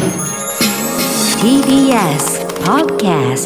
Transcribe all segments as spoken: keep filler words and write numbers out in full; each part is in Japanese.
ティービーエス Podcast。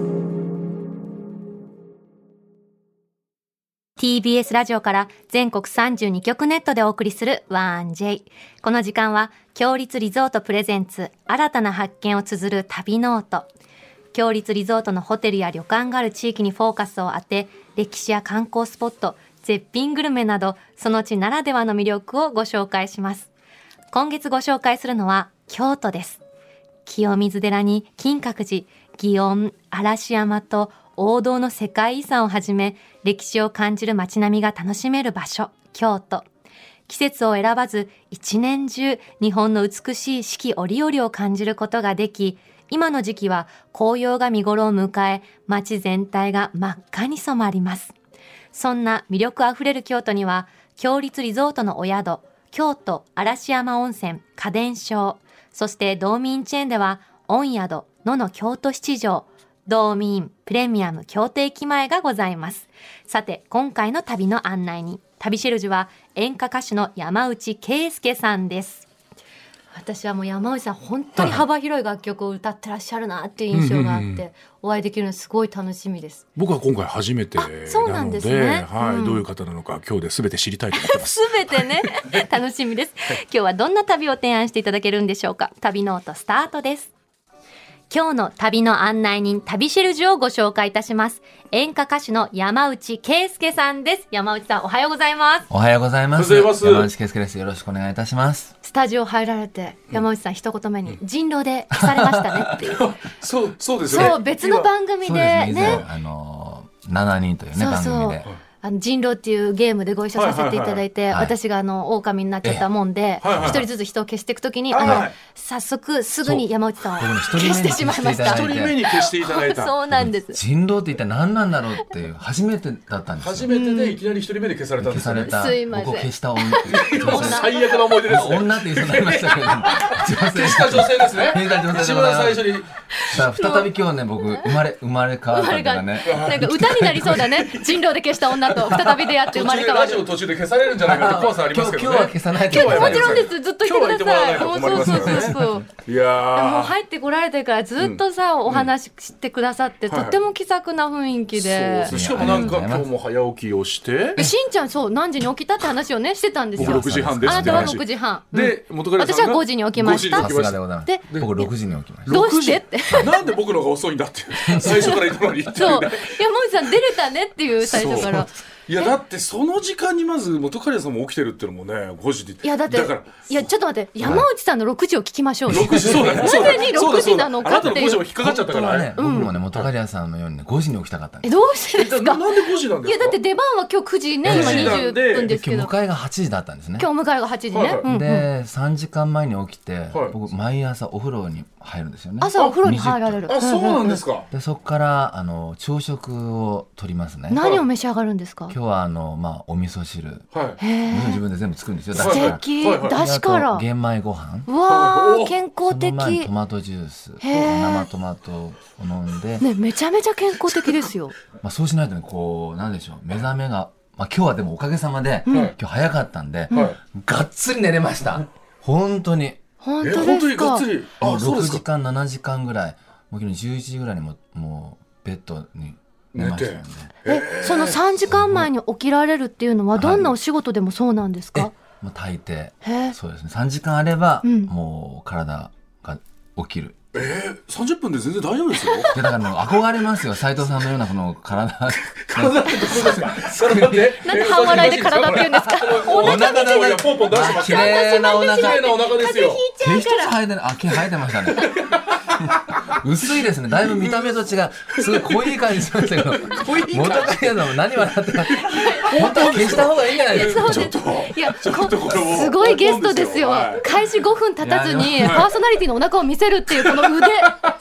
ティービーエス ラジオから全国さんじゅうにきょくネットでお送りする ワンジェイ。 この時間は強立リゾートプレゼンツ新たな発見を綴る旅ノート。強立リゾートのホテルや旅館がある地域にフォーカスを当て、歴史や観光スポット、絶品グルメなどその地ならではの魅力をご紹介します。今月ご紹介するのは京都です。清水寺に金閣寺、祇園、嵐山と王道の世界遺産をはじめ、歴史を感じる街並みが楽しめる場所、京都。季節を選ばず一年中日本の美しい四季折々を感じることができ、今の時期は紅葉が見頃を迎え、街全体が真っ赤に染まります。そんな魅力あふれる京都には、強立リゾートのお宿、京都嵐山温泉花伝承、そして道民チェーンでは御宿野の京都七条、道民プレミアム京都駅前がございます。さて、今回の旅の案内人、旅シェルジュは演歌歌手の山内圭介さんです。私はもう山内さん本当に幅広い楽曲を歌ってらっしゃるなっていう印象があって、うんうんうん、お会いできるのすごい楽しみです。 僕は今回初めてなので、 そうなんですね、 はい、 うん、 どういう方なのか今日で全て知りたいと思ってます全てね楽しみです、はい、今日はどんな旅を提案していただけるんでしょうか。旅ノートスタートです。今日の旅の案内人、旅シェルジュをご紹介いたします。演歌歌手の山内圭介さんです。山内さん、おはようございます。 おはようございます。山内圭介です。よろしくお願いいたします。 スタジオ入られて、山内さん一言目に、うん、人狼で消されましたねっていうそう、そうですね。 そう、別の番組でね、 ね、あのしちにんというね、そうそう番組であの人狼っていうゲームでご一緒させていただいて、はいはいはい、私があの狼になっちゃったもんで、はいはいはい、一人ずつ人を消していくときに、はいはい、あの早速すぐに山内さんを消してしまいました。 一人目に消していただいたそうなんです。 人狼って一体何なんだろうっていう初めてだったんですよ。 初めてでいきなり一人目で消されたんですよね。 消された、すいません、僕を消した女最悪な思い出ですね。 女って言いそうになりましたけど消した女性ですね。 消した女性でございます。最初に再び今日ね、僕生まれ生まれ変わったというかね、 なんか歌になりそうだね人狼で消した女と再び出会って生まれ変わる。 途中でラジオ途中で消されるんじゃないかって怖さありますけどね。 今日は消さないと。 今日はもちろんです。ずっといてください。 そうそうそうそう。いやー、もう入ってこられてからずっとさ、うん、お話ししてくださって、うん、とっても気さくな雰囲気で、 そう、しかもなんか今日も早起きをして、 しんちゃんそう何時に起きたって話をねしてたんですよ。 僕ろくじはんです。 あなたはろくじはんで、元彼さんが私はごじに起きました。 さすがでございます。で、僕ろくじに起きました。 どうしてってなんで僕のが遅いんだって最初から言ったのにそう、 山内さん出れたねっていう最初から。 いやだってその時間にまず元彼さんも起きてるっていうのもね、ごじで。いやだってだからいやちょっと待って、山内さんのろくじを聞きましょう。 ろくじ、そうだね。 なぜにろくじなのかっていう。あなたのごじも引っかかっちゃったからね。 僕もね、元彼さんのようにねごじに起きたかったんです。 え、どうしてですか。 なんでごじなんですか。 いやだって出番は今日くじね、今にじゅっぷんですけど。 今日迎えがはちじだったんですね。 今日迎えがはちじね。 でさんじかんまえに起きて、僕毎朝お風呂に入るんですよね。 朝お風呂に入られる。 あ、そうなんですか。 でそこからあの朝食を取りますね。 何を召し上がるんですか。 今日はあのまあお味噌汁、 はい、 自分で全部作るんですよ。 素敵。だしから玄米ご飯、 うわー健康的。 その前にトマトジュース、生トマトを飲んで、 ね、めちゃめちゃ健康的ですよまあそうしないとね、こうなんでしょう、目覚めが、まあ、今日はでもおかげさまで、うん、今日早かったんで、うん、がっつり寝れました。本当に本当ですか。 がっつりあろくじかんななじかんぐらい、もう昨日じゅういちじぐらいにももうベッドに寝ましたんで。 え、そのさんじかんまえに起きられるっていうのはどんなお仕事でもそうなんですか。はい、 もう大抵そうですね。さんじかんあれば、うん、もう体が起きる。 えー、さんじゅっぷんで全然大丈夫ですよ。 でだからもう憧れますよ、斉藤さんのようなこの体体ってどうですか。体でなんで半笑いで体って言うんですか。 お腹の中にポンポン出してます。 綺麗なお腹、 綺麗なお腹ですよ。 毛一つ生えてない。あ、毛生えてましたね。薄いですね。だいぶ見た目と違う。すごい濃い感じしましたけど。濃い感じ。元カレも何笑ってた。本当は消した方がいいんじゃないですか。 ちょっといや、すごいゲストですよ。開始ごふん経たずにパーソナリティのお腹を見せるっていうこの腕、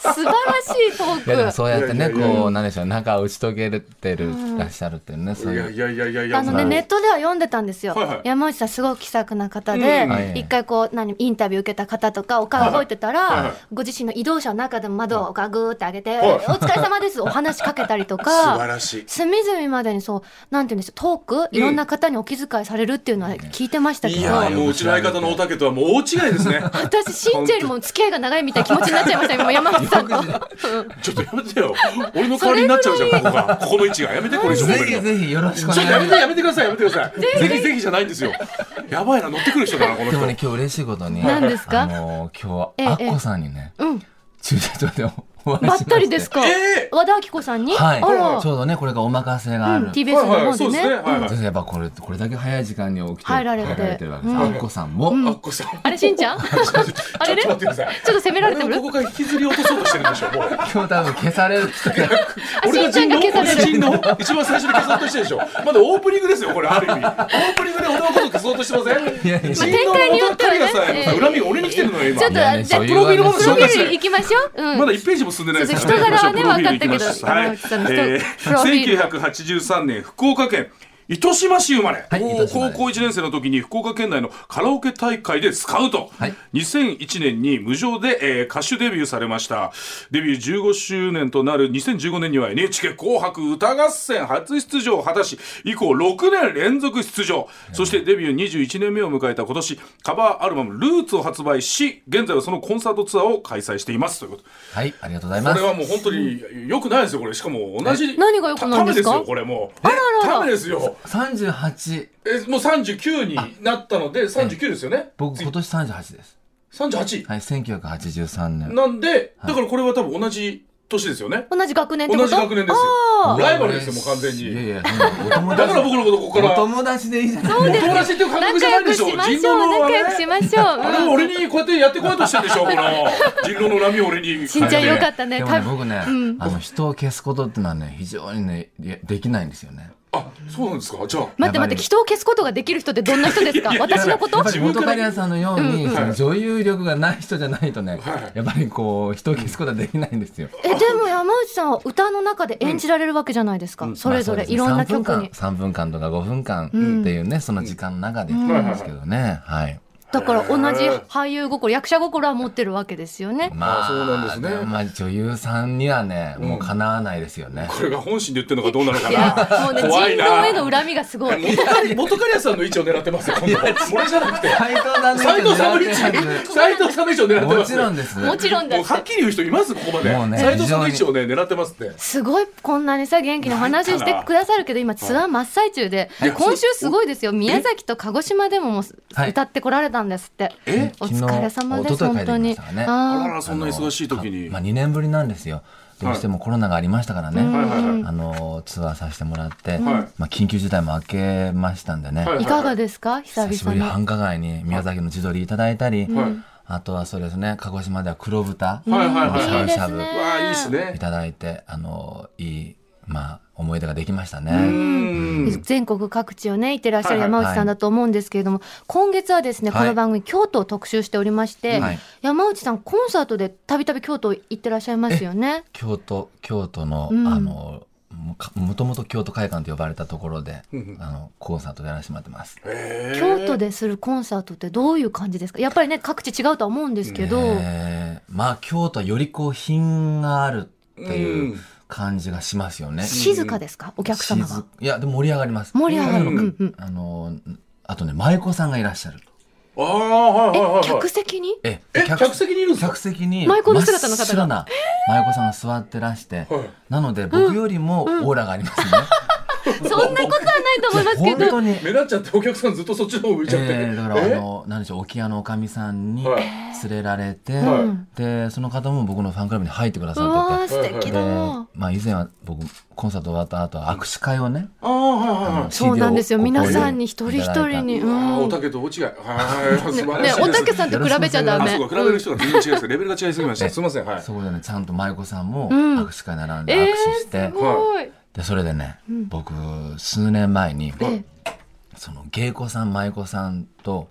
晴らしいトーいやでもク。 そうやってねいやいやいやこうなんでしょう仲を打ち解けてるらっしゃるっていうね、そういういやいやいやいやいやあのね、 もうネットでは読んでたんですよ、 はいはい、 山内さんすごく気さくな方で、 うんはい一回こう何インタビュー受けた方とかお顔動いてたら、 はいはいご自身の移動車の中でも窓をガグーって上げて、 はいお疲れ様ですお話しかけたりと素か晴らしい。 隅々までにそうなんていうんですかトークいろんな方にお気遣いされるっていうのは聞いてましたけど、 いやもううちの相方のおたけとはもう大違いですね。 私しんちゃんよりも付き合いが長いみたいな気持ちになっちゃいました今山内さんとちょっとやめてよ。俺の代わりになっちゃうじゃんここがここの位置がやめてこれ以上ぜ褒めるの。 ひぜひよろしくおちょ願いします。 っとやめてやめてくださいやめてください。ぜひぜひじゃないんですよ。やばいな乗ってくる人だなこの人。 でもね今日嬉しいことに何ですかあの今ええ日アッコさんにね、 うん駐車場でお会いしましてばったりですか、 え和田アキ子さんに、 はい、 あら、 ちょうどねこれがお任せがある、 うん、ティービーエス の方でね、 はいはいそうですねはいはい先生やっぱこれこれだけ早い時間に起きて入られてるわけです、 うんアッコさんも、 あっこさん。 あれしんちゃんあれねちょっと待ってください。 ちょっと責められてる俺をここから引きずり落とそうとしてるんでしょもう。 今日多分消される人が俺が人狼しんちゃんが消される俺人狼一番最初に消そうとしてるでしょ。まだオープニングですよこれある意味。オープニングで俺のこと消そうとしてません。 いやいや人狼の展開によってはね元カリがさ恨みが俺に来てるのよ今。 ちょっといやねじゃあそういうプロフィールまずプロフィ紹介してール行きましょう、うん、 まだいちページも進んでないですからそうそう人柄はねプロフィール分かったけど行きます山内さんの人えプロフィールーせんきゅうひゃくはちじゅうさんねん福岡県糸島市生まれ、 はい糸島です高校いちねん生の時に福岡県内のカラオケ大会でスカウト、 はいにせんいちねんに無償で、えー歌手デビューされました。デビューじゅうごしゅうねんとなるにせんじゅうごねんには エヌエイチケー 紅白歌合戦初出場を果たし以降ろくねん連続出場、そしてデビューにじゅういちねんめを迎えた今年カバーアルバムルーツを発売し現在はそのコンサートツアーを開催していますということ。 はいありがとうございます。 これはもう本当に良くないですよこれ。しかも同じ何が良くないんですかためですよこれもうあららためですよ。 さんじゅうはちえもうさんじゅうきゅうになったのでさんじゅうきゅうですよね。 僕今年さんじゅうはちです。 さんじゅうはちはいせんきゅうひゃくはちじゅうさんねん。 なんでだからこれは多分同じ年ですよね。 同じ学年ってこと同じ学年ですよ。 あーライバルですよもう完全に。 いやいやそんなお友達だから僕のことここからお友達でいいじゃないお友達っていう感覚じゃないでしょ。 仲良くしましょう仲良くしましょう、 あれを俺にこうやってやってこようとしてるでしょこの人狼の恨みを俺に。 しんちゃんよかったねでもねた僕ね、 うんあの人を消すことってのはね非常にねでできないんですよね。 あそうなんですか。じゃあ待って待って人を消すことができる人ってどんな人ですか私のことやっぱり元カリアさんのように、 うんうんその女優力がない人じゃないとね、 はいやっぱりこう人を消すことはできないんですよ。 えでも山内さんは歌の中で演じられるわけじゃないですか、それぞれいろんな曲に、 さんぷんかんとかごふんかんっていうね、その時間の中でやってるんですけどね、はい。 だから同じ俳優心役者心は持ってるわけですよね。 まあ、 そうなんですねもまあ女優さんにはね、もうかなわないですよね。 これが本心で言ってるのかどうなのかいやな。 もうね怖いな人狼への恨みがすごい。 元カリ元カリアさんの位置を狙ってますよ今度。俺じゃなくて斉藤さんの斉藤さんの位置狙ってる斉藤さんの位置を狙ってもます。 ちろんです。 もちろんだっもうはってきり言う人いますここまで。 もうね斉藤さんの位置をね狙ってますって。 すごいこんなにさ元気な話してくださるけど今ツアー真っ最中でいや今週すごいですよ。宮崎と鹿児島でももうはい歌ってこられたんですって。 えお疲れ様です昨日本当に。 一昨日帰ってきましたからねあらあらそんな忙しい時に。 まあにねんぶりなんですよ。どうしてもコロナがありましたからね、 はいはいはいあのツアーさせてもらって、 はいまあ緊急事態も明けましたんでね、 はいーいかがですか久久しぶり 々に。 繁華街に宮崎の地鶏いただいたり、 はいあとはそうですね鹿児島では黒豚はいはいはいしゃぶしゃぶいいですねわあいいですねい。ただいてあのいいまあ思い出ができましたうね。 ん全国各地をね行ってらっしゃるはい山内さんだと思うんですけれども、今月はですねこはいの番組京都を特集しておりまして、 はい山内さんコンサートでたびたび京都行ってらっしゃいますよね。 京都京都の、 うんあのもかもともと京都会館と呼ばれたところで、 うんあのコンサートでやらせてもらってます。 へー京都でするコンサートってどういう感じですか。やっぱりね各地違うとは思うんですけど、 えーまあ京都はよりこう品があるっていう感じがしますよね。 静かですかお客様が。 静いやでも盛り上がります。 盛り上がる、 ううんんうん、 あのあとね舞妓さんがいらっしゃる。 ああはいはいはいはい。 客席にええ客席にいるんですか。 客席に舞妓の姿の方が真っ白な舞妓さんが座ってらして、 はいなので僕よりもオーラがありますね。 そんなことはないと思いますけど本当に。 目立っちゃってお客さんずっとそっちの方向いちゃって。 えーだからあの何でしょう置屋のおかみさんにはい連れられて、 はでその方も僕のファンクラブに入ってくだうさわってて、 ー素敵だでな。 まあ以前は僕コンサート終わった後は握手会をね、 ああはいはいはい。 そうなんですよシーディー を皆さんに一人一人に、 ああうんおたけと大違い。はい素晴らしいです。 ねおたけさんと比べちゃダメ。 あそうか比べる人が全然違います。レベルが違いすぎました。すみませんはい。 そこでねちゃんと舞妓さんもうん握手会並んでえ握手して、 ー、すごい。 でそれでね、僕数年前にえその芸妓さん舞妓さんと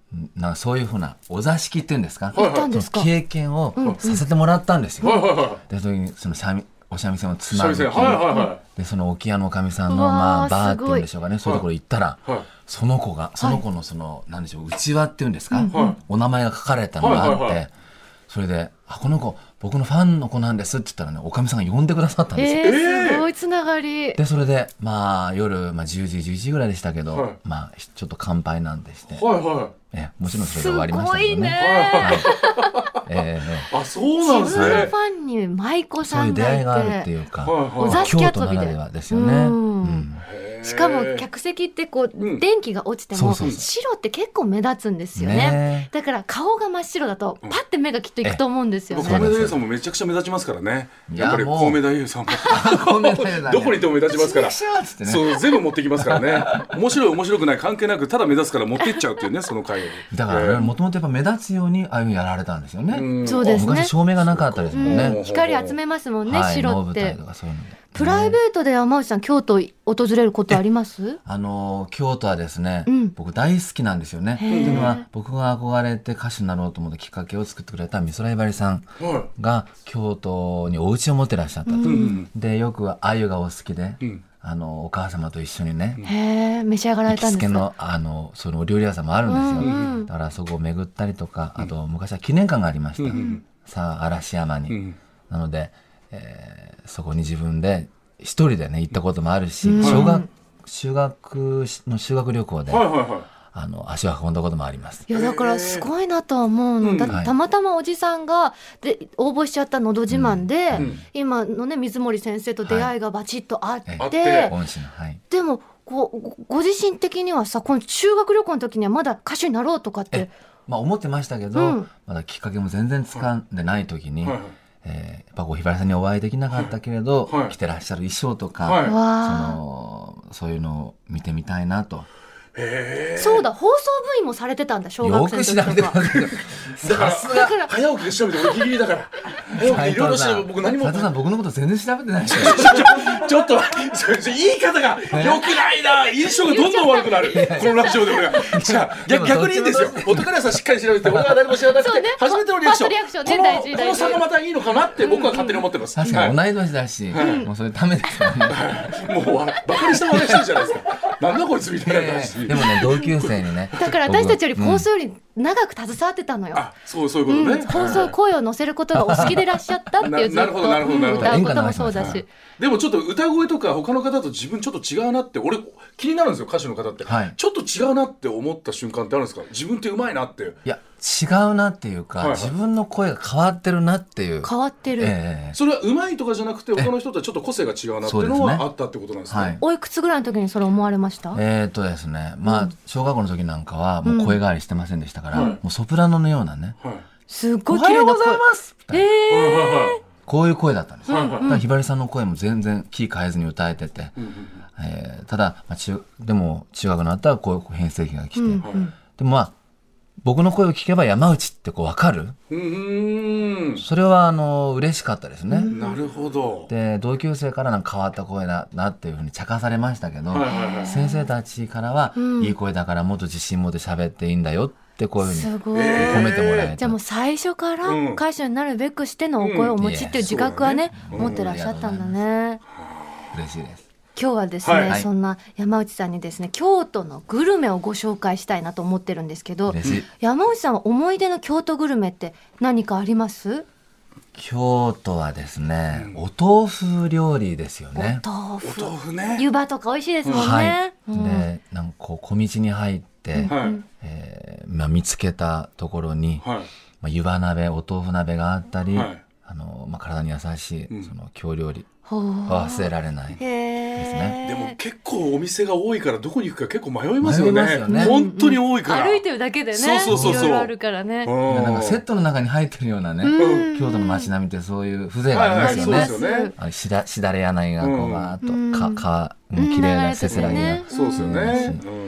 なんかそういうふうなお座敷っていうんですか、 行ったんですか。 その経験をさせてもらったんですよ。 はいはいはでそのその三味お三味線をつい。 なぐ三味線はいはいはでその沖屋のおかみさんのうわーまあバーっていうんすごいでしょうかね、そういうところ行ったら、 はいその子がその子のその、なんでしょう、うちわっていうんですか、 はいお名前が書かれたのがあって、 はいはいはいそれであこの子僕のファンの子なんですって言ったらね、おかみさんが呼んでくださったんですよ。 えー、すごいつながり。 でそれでまあ夜、まあ、じゅうじじゅういちじぐらいでしたけど、 はいまあちょっと乾杯なんでして、 いはいはえもちろんそれすで終わりましたけどね。 ごいね。 はいええい。あ、そうなんです自分のねフ。ァンに舞妓そういう出さんがい会いがあるってて、 いうか、 はいはいお座敷遊びで京都ならではですよね。 うんうんしかも客席ってこう、 うん電気が落ちてもそうそうそう白って結構目立つんですよね。 ねだから顔が真っ白だとパッて目がきっといくと思うんですよね。 コウメ太夫さんもめちゃくちゃ目立ちますからね。 いやもうやっぱりコウメ太夫さんもごめんなさいねどこにいても目立ちますから。 シュワーッつってね。 そう全部持ってきますからね。面白い面白くない関係なくただ目立つから持っていっちゃうっていうねその会を。 だからもともとやっぱ目立つようにああいうふうにやられたんですよね。 うんそうですね昔照明がなかったですもんうんね。 光集めますもんね、 はい、 白って能舞台と。かそういうので。 プライベートで山内さん京都訪れることあります？ あの京都はですね、 うん僕大好きなんですよね。とへーいうのは僕が憧れて歌手になろうと思ったきっかけを作ってくれた美空ひばりさんはが京都にお家を持ってらっしゃったと。 い。うんでよく鮎がお好きで、 うんあのお母様と一緒にね、 へえ、召し上がら行れたんですか？ きつけのあのそのお料理屋さんもあるんですよ。 うんうんだからそこを巡ったりとか、あと昔は記念館がありました。 うんさあ嵐山に。 うんなので、えーそこに自分で一人でね行ったこともあるし、 うん小学修学の修学旅行で、 はいはいはあの足を運んだこともあります。 いやだからすごいなとは思うの、 うんだってたまたまおじさんがで応募しちゃったのど自慢で、 うん今のね水森先生と出会いがバチッとあって、 あって恩師のはい。 でもこうごご自身的にはさこの修学旅行の時にはまだ歌手になろうとかってまあ思ってましたけど、 うんまだきっかけも全然掴んでない時に、 いはいはい。 えーやっぱこうひばりさんにお会いできなかったけれど、 はい着てらっしゃる衣装とか、 はいそわのそういうのを見てみたいなと。 へあそうだ放送部員もされてたんだ小よ学生く調べての時とかますね。 え。だからさすがから早起きで調べて俺ギリギリだから。早起きでいろいろ調べて僕何も斉藤さん僕のこと全然調べてないでしょ。 ちょっとそれ言い方が良くないな。印象がどんどん悪くなる。このラジオで俺が。じゃあでも逆にいいんですよ。男からさんしっかり調べて俺は誰も知らなくてそうね初めてのリアクション。 ファーストリアクションねこの大事大事この差がまたいいのかなって僕は勝手に思ってます。 確かにはい同い年だし、もうそれためですからね。 もうわバカにした話してるじゃないですか。なんだこいつみたいなえ話。 ーでもね同級生にね。 だから私たちより僕放送より長く携わってたのよ、 あ、そうそういううんことね。 放送声を載せることがお好きでいらっしゃったっていうずっななるほどなるほどなるほどと歌うこともそうだし、 でもちょっと歌声とか他の方と自分ちょっと違うなって俺気になるんですよ歌手の方って、 はいちょっと違うなって思った瞬間ってあるんですか？自分ってうまいなって。 いや違うなっていうか、 はいはい自分の声が変わってるなっていう。 変わってる、 ええそれはうまいとかじゃなくて他の人とはちょっと個性が違うなっていうのそうですねはあったってことなんですね。 はいおいくつぐらいの時にそれ思われました？ えーっとですね、まあ小学校の時なんかはもう声変わりしてませんでしたから、 うんもうソプラノのようなね、 はいすっおごい綺麗なはようございますみたいなえはいはいはいこういう声だったんですよ。 はいはいだからひばりさんの声も全然キー変えずに歌えてて、 うんうんえーただ、まあ、中でも中学になったらこういう変声期が来て、 うんうんでもまあ僕の声を聞けば山内ってこう分かる。 うーんそれはあの嬉しかったですね。 なるほど。 で同級生からなんか変わった声だなっていうふうに茶化されましたけど、 はいはいはい先生たちからは、 うんいい声だからもっと自信持って喋っていいんだよってこういうふうにすごい、 え褒めてもらえた。 じゃあもう最初からうん歌手になるべくしてのお声をお持ちっていう自覚はね、 うん持ってらっしゃったんだね。 嬉しいです。 今日はですね、 はいそんな山内さんにですね京都のグルメをご紹介したいなと思ってるんですけど、 嬉しい。 山内さんは思い出の京都グルメって何かあります？ 京都はですね、お豆腐料理ですよね。 豆腐、 お豆腐ね。 湯葉とか美味しいですもんね。 はい。 うんで、なんかこう小道に入って、 はいえーまあ見つけたところに、 はいまあ湯葉鍋、お豆腐鍋があったり、 はいあのまあ体に優しいうんその京料理、 ほう忘れられない。 へーですねでも結構お店が多いからどこに行くか結構迷いますよね。 迷いますよね本当に多いから。 歩いてるだけでね、 そうそうそうそういろいろあるからね。 うんなんかセットの中に入ってるようなね、 うん京都の街並みってそういう風情がありますよね。 はいはいそうですよね。 あのしだしだれ柳がこうバーっと、 うんかか、 うん綺麗な流れててせせらぎが、 ねそうですよね。 ううん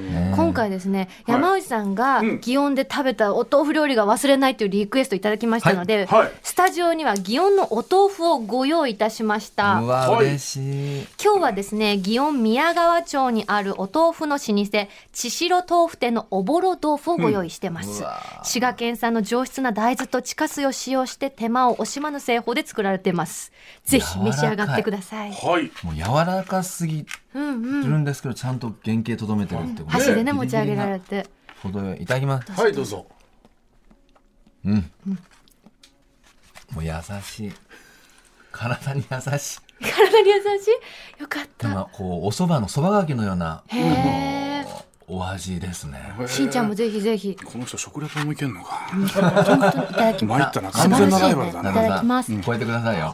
今回ですね、 はい山内さんが祇園で食べたお豆腐料理が忘れないというリクエストいただきましたので、 はいはいスタジオには祇園のお豆腐をご用意いたしましたうわはい嬉しい。 今日はですね、祇園宮川町にあるお豆腐の老舗千代豆腐店のおぼろ豆腐をご用意してます、 うんうわ滋賀県産の上質な大豆と地下水を使用して手間を惜しまぬ製法で作られています。ぜひ召し上がってください。 はい。 もう柔らかすぎうんうん、 るんですけど、ちゃんと原型とどめてるってこと箸でね持ち上げられて、 程よい。いただきます。 はい、どうぞ。 うん、もう優しい、体に優しい。 体に優しい。よかっでた。 もこうお蕎麦の蕎麦がきのようなへえ。 お味ですね。 しんちゃんもぜひぜひ。 この人食レポもいけんのか。 本当にいただきます。 参ったな。 素晴らしいね完全なライバルだいな。 ただきます。 超えてくださいよ。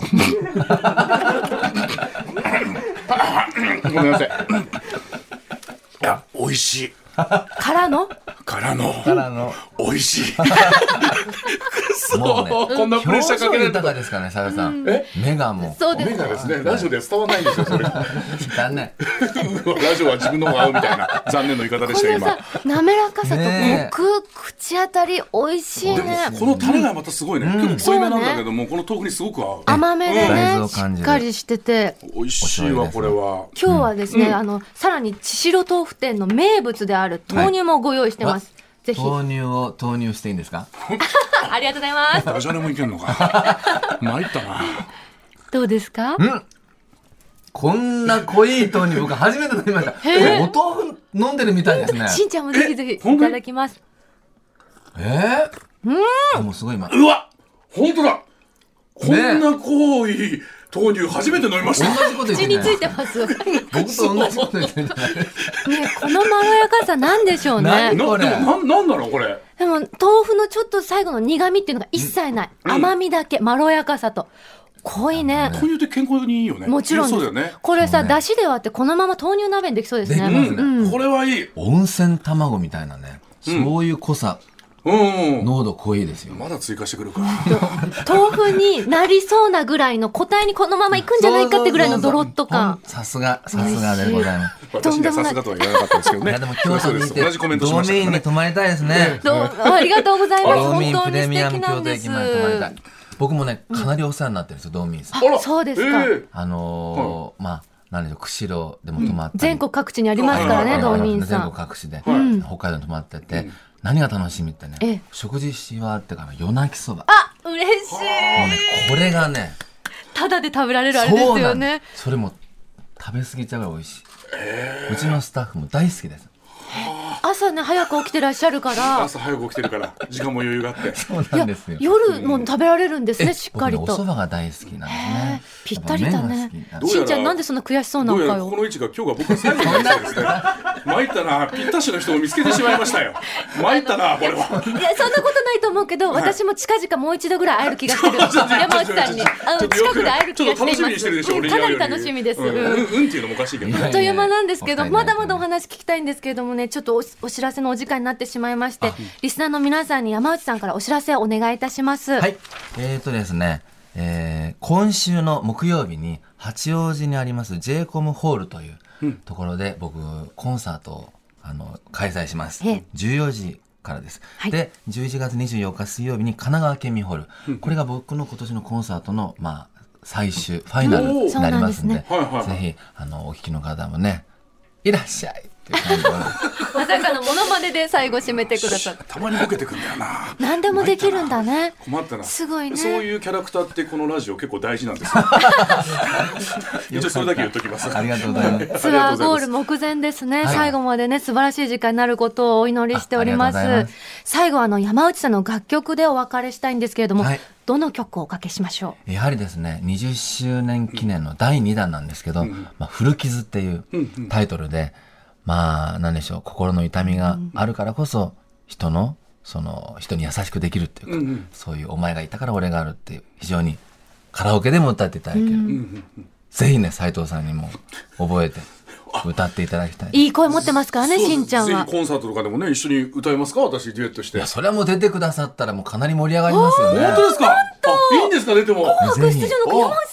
ごめんなさい。いや、美味しい。 からのからの。 からの美味しい。 もうね、 こんなプレッシャーかけられる表情豊かですからね、さやさん。 え目がもう。 そうです。 目がですね、ラジオでは伝わらないんですよ、それ。 だね。 ラジオは自分の方が合うみたいな残念の言い方でしたよ、 このさ今。 滑らかさとねえコク、口当たり美味しいでもね。 このタレがまたすごいね。結構濃いめなんだけども、この豆腐にすごく合う。 甘めで大ね豆を感じるしっかりしてて、 美味しいわ、これは。 今日はですね、あのさらに千代豆腐店の名物である豆乳もご用意してます。ぜひ。 豆乳を投入していいんですか？ ありがとうございます。 ダジャレもいけんのか。参ったな。 どうですか？ うん。こんな濃い豆乳僕初めて飲みました。 へーお豆腐飲んでるみたいですね。 しんちゃんもぜひぜひい本当にただきます。 えー？もうすごい今。 うわ、本当だ。こんな濃い豆乳初めて飲みまし同た。 じこと言っ口につてないいてます。ね、 僕と同じこと言ってるじゃない。 このまろやかさなんでしょうね。 何これなでもなんなんだろうこれ。 でも豆腐のちょっと最後の苦味っていうのが一切ない。甘みだけ、まろやかさと。濃いね。 豆乳って健康にいいよね。 もちろんです。 そうだよね。 これさ、 そうねだしで割ってこのまま豆乳鍋にできそうですね。 できますねうんこれはいい。 温泉卵みたいなね。そういう濃さ、 うん。 濃度濃いですよ。 まだ追加してくるか。 豆腐になりそうなぐらいの固体にこのままいくんじゃないかってぐらいのドロッと感。 さすが、さすがでございます。 私にはさすがとは言わなかったですけどね。 いやでも京都にいて同じコメントしましたドメインからね。 に泊まりたいですね。 どうありがとうございます。 ドーミン本当に素プレミア敵なんですム京都駅。まで泊まりたい。僕もね、かなりお世話になってるんですよ、ドーミンさん。 あらそうですかええあのー、まあ、なんでしょう、釧路でも泊まったり。 全国各地にありますからね、 はい道民さ全国ん。 各地で、 ん北海道に泊まってて、何が楽しみってね、 ええ食事しはってから夜泣きそば。 あ、嬉しい。 もうね、これがね、 ただで食べられるあれですそうなんよね。 それも食べ過ぎちゃうぐらい美味しい。うちのスタッフも大好きです。 朝ね、早く起きてらっしゃるから、 朝早く起きてるから時間も余裕があって。 そうなんですよ。 夜も食べられるんですね、しっかり僕ねお蕎と。 麦が大好きなんですね。 ぴったりだねやっぱ麺が好きなんですどうやらしんちゃんなんでそんな悔しそうなどうのかよ。 やらこの位置が今日が僕は最後になりそうですね。参ったな、ぴったしの人を見つけてしまいましたよ。参ったな、これは。 いや、そんなことないと思うけど、私も近々もう一度ぐらい会える気がしてる。山内さんに。あの、近くで会える気がしています。 ちょっと楽しみにしてるでしょ、俺にかなり会うより楽しみです。 うん、うん、うんっていうのもおかしいけどね。 いやあっという間なんですけど、 はいまだまだお話聞きたいんですけれどもね、ちょっとおお知らせのお時間になってしまいまして、リスナーの皆さんに山内さんからお知らせをお願いいたします。 はい。えーとですね、えー今週の木曜日に八王子にあります ジェイコム ホールというところで僕コンサートをあの開催しますええ。 じゅうよじからです。 はいで、じゅういちがつにじゅうよっか水曜日に神奈川県民ホール。これが僕の今年のコンサートの、まあ、最終、ファイナルになりますんで、 そうなんですねはいはいはいぜひ、あの、お聞きの方もね、いらっしゃいっていう感じで。 まさかのモノマネで最後締めてくださった。 たまにボケてくんだよな。 何でもできるんだね。 困ったな。 すごいねそういうキャラクターってこのラジオ結構大事なんですよ。一応それだけ言っときます。 ありがとうございます。 ツアーゴール目前ですね、 はい最後までね素晴らしい時間になることをお祈りしております。 あありがとうございます最後あの山内さんの楽曲でお別れしたいんですけれども、 はいどの曲をおかけしましょやはりですね、にじゅっしゅうねん記念のだいにだんなんですけど、まあ、古傷っていうタイトルで、まあ、なんでしょう、心の痛みがあるからこそ、人の、その、人に優しくできるっていうか、 うんうんそういうお前がいたから俺があるっていう、非常にカラオケでも歌っていただける。ぜひね、斉藤さんにも覚えて歌っていただきたい。 う。いい声持ってますからね、 そうしんちゃんはぜひ。コンサートとかでもね一緒に歌いますか、私デュエットして。 いや、それはもう出てくださったらもうかなり盛り上がりますよね。 本当ですか。あ、いいんですか出ても。 紅白出場の山内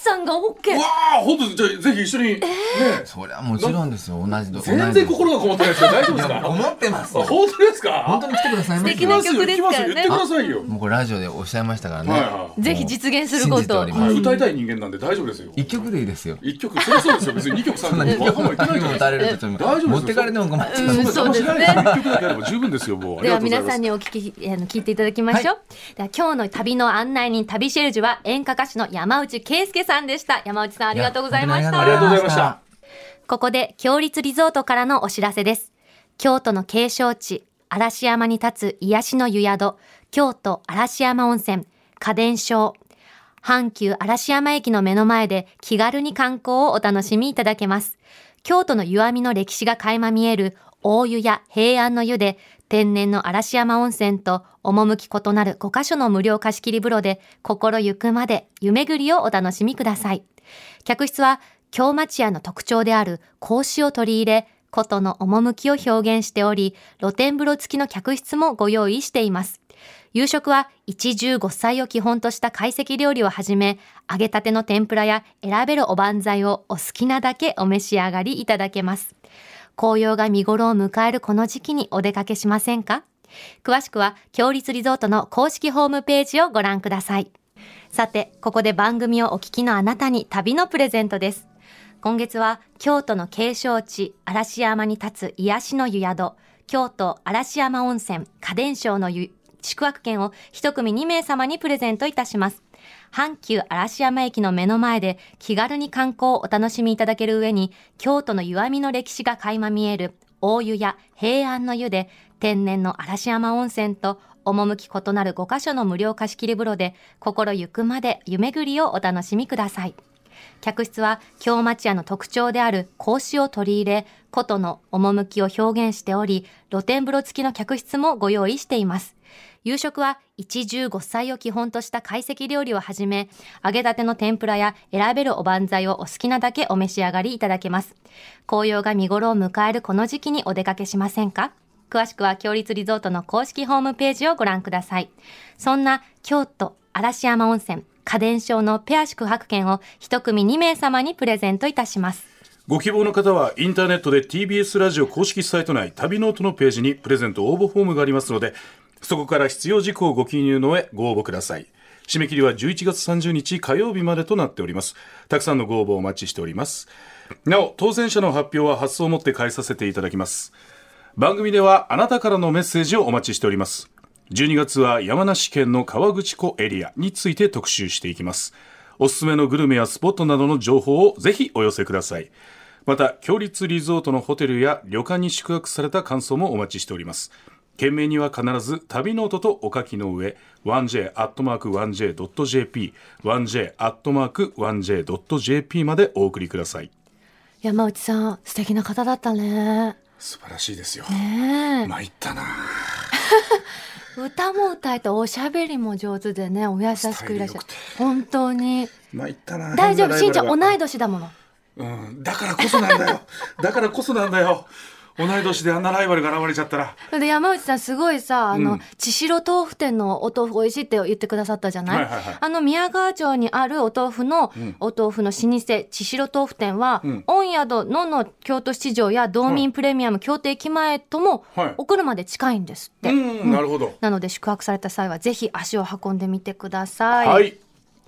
さんが オーケー。 わあ、本当じゃあぜひ一緒に、ね、 そりゃもちろんですよ。同じ同じ全然心がこもってないですけど大丈夫ですか？ いや思ってますよ。 本当ですか？ 本当に来てくださいますよ。 素敵な曲ですからね。 言ってくださいよ。 もうこれラジオでおっしゃいましたからね。 はいはい、 ぜひ実現することを、 信じております。 はい、歌いたい人間なんで大丈夫ですよ。 一曲でいいですよ。 一曲、そりゃそうですよ。別に二曲三曲バカも言ってないじゃないですか。 歌われるとちょっと大丈夫ですよ。 持ってかれても困っちゃう。 うんそうですね。 一曲だけあれば十分ですよ。もう。 では皆さんにお聞きあの聞いていただきましょう。 はでは今日の旅の案内人旅シェルジュは演歌歌手の山内圭介さんでした。山内さんありがとうございました。 ありがとうございました。 ここで強立リゾートからのお知らせです。京都の景勝地嵐山に立つ癒しの湯宿、京都嵐山温泉花伝承、阪急嵐山駅の目の前で気軽に観光をお楽しみいただけます。京都の湯あみの歴史が垣間見える大湯や平安の湯で、天然の嵐山温泉と趣異なるごカ所の無料貸し切り風呂で心ゆくまで湯巡りをお楽しみください。客室は京町屋の特徴である格子を取り入れ、古都の趣を表現しており、露天風呂付きの客室もご用意しています。夕食は一汁五菜を基本とした懐石料理をはじめ、揚げたての天ぷらや選べるおばんざいをお好きなだけお召し上がりいただけます。紅葉が見頃を迎えるこの時期にお出かけしませんか？詳しくは強立リゾートの公式ホームページをご覧ください。さて、ここで番組をお聞きのあなたに旅のプレゼントです。今月は京都の景勝地嵐山に立つ癒しの湯宿、京都嵐山温泉花伝承の湯宿泊券を一組に名様にプレゼントいたします。阪急嵐山駅の目の前で気軽に観光をお楽しみいただける上に、京都の湯あみの歴史が垣間見える大湯や平安の湯で、天然の嵐山温泉と趣異なるごカ所の無料貸し切り風呂で心ゆくまで湯巡りをお楽しみください。客室は京町屋の特徴である格子を取り入れ、古都の趣を表現しており、露天風呂付きの客室もご用意しています。夕食は一汁五菜を基本とした懐石料理をはじめ、揚げたての天ぷらや選べるおばんざいをお好きなだけお召し上がりいただけます。紅葉が見頃を迎えるこの時期にお出かけしませんか？詳しくは強立リゾートの公式ホームページをご覧ください。そんな京都嵐山温泉花伝承のペア宿泊券を一組に名様にプレゼントいたします。 ご希望の方はインターネットで ティービーエス ラジオ公式サイト内旅ノートのページにプレゼント応募フォームがありますので、そこから必要事項をご記入の上ご応募ください。締め切りはじゅういちがつさんじゅうにち火曜日までとなっております。たくさんのご応募をお待ちしております。なお、当選者の発表は発送をもって返させていただきます。番組ではあなたからのメッセージをお待ちしております。じゅうにがつは山梨県の河口湖エリアについて特集していきます。おすすめのグルメやスポットなどの情報をぜひお寄せください。また、強立リゾートのホテルや旅館に宿泊された感想もお待ちしております。件名には必ず旅ノートとお書きの上 ワンジェイ アットマーク ワンジェイ ドット ジェーピー ワンジェイ アットマーク ワンジェイ ドット ジェーピー までお送りください。 山内さん素敵な方だったね。 素晴らしいですよ。 ねえ、 参ったな。 歌も歌えておしゃべりも上手でね、お優しくいらっしゃる。本当に参ったな。 大丈夫、しんちゃん同い年だもの。 うん、だからこそなんだよ。だからこそなんだよ。同い年であんなライバルが現れちゃったら。 で山内さんすごいさ、あの、 うん、 千代豆腐店のお豆腐美味しいって言ってくださったじゃない、 はいはいはい、 あの宮川町にあるお豆腐の、うん、お豆腐の老舗千代豆腐店は、うん、御宿のの京都市場や道民プレミアム京都駅前とも、はい、お車で近いんですって、 うんうん、なるほど。 なので宿泊された際はぜひ足を運んでみてください。 はい。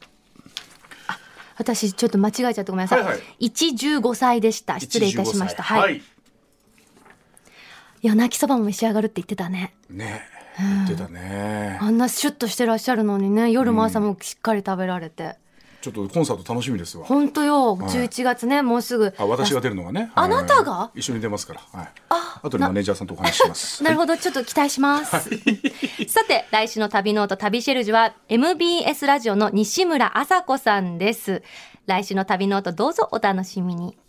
私ちょっと間違えちゃってごめんなさい、はいはい、一汁五菜でした。失礼いたしました。はい、はい、夜泣きそばも召し上がるって言ってたね。 ね、言ってたね、 うん、あんなシュッとしてらっしゃるのにね、夜も朝もしっかり食べられて、うん、 ちょっとコンサート楽しみですわ。 本当よ、はい、じゅういちがつね、もうすぐ。 あ、私が出るのがね。 あなたが一緒に出ますから、はい、 あ後でマネージャーさんとお話しします。 なるほど、ちょっと期待します、はい、さて来週の旅ノート旅シェルジュは エムビーエス ラジオの西村麻子さんです。来週の旅ノートどうぞお楽しみに。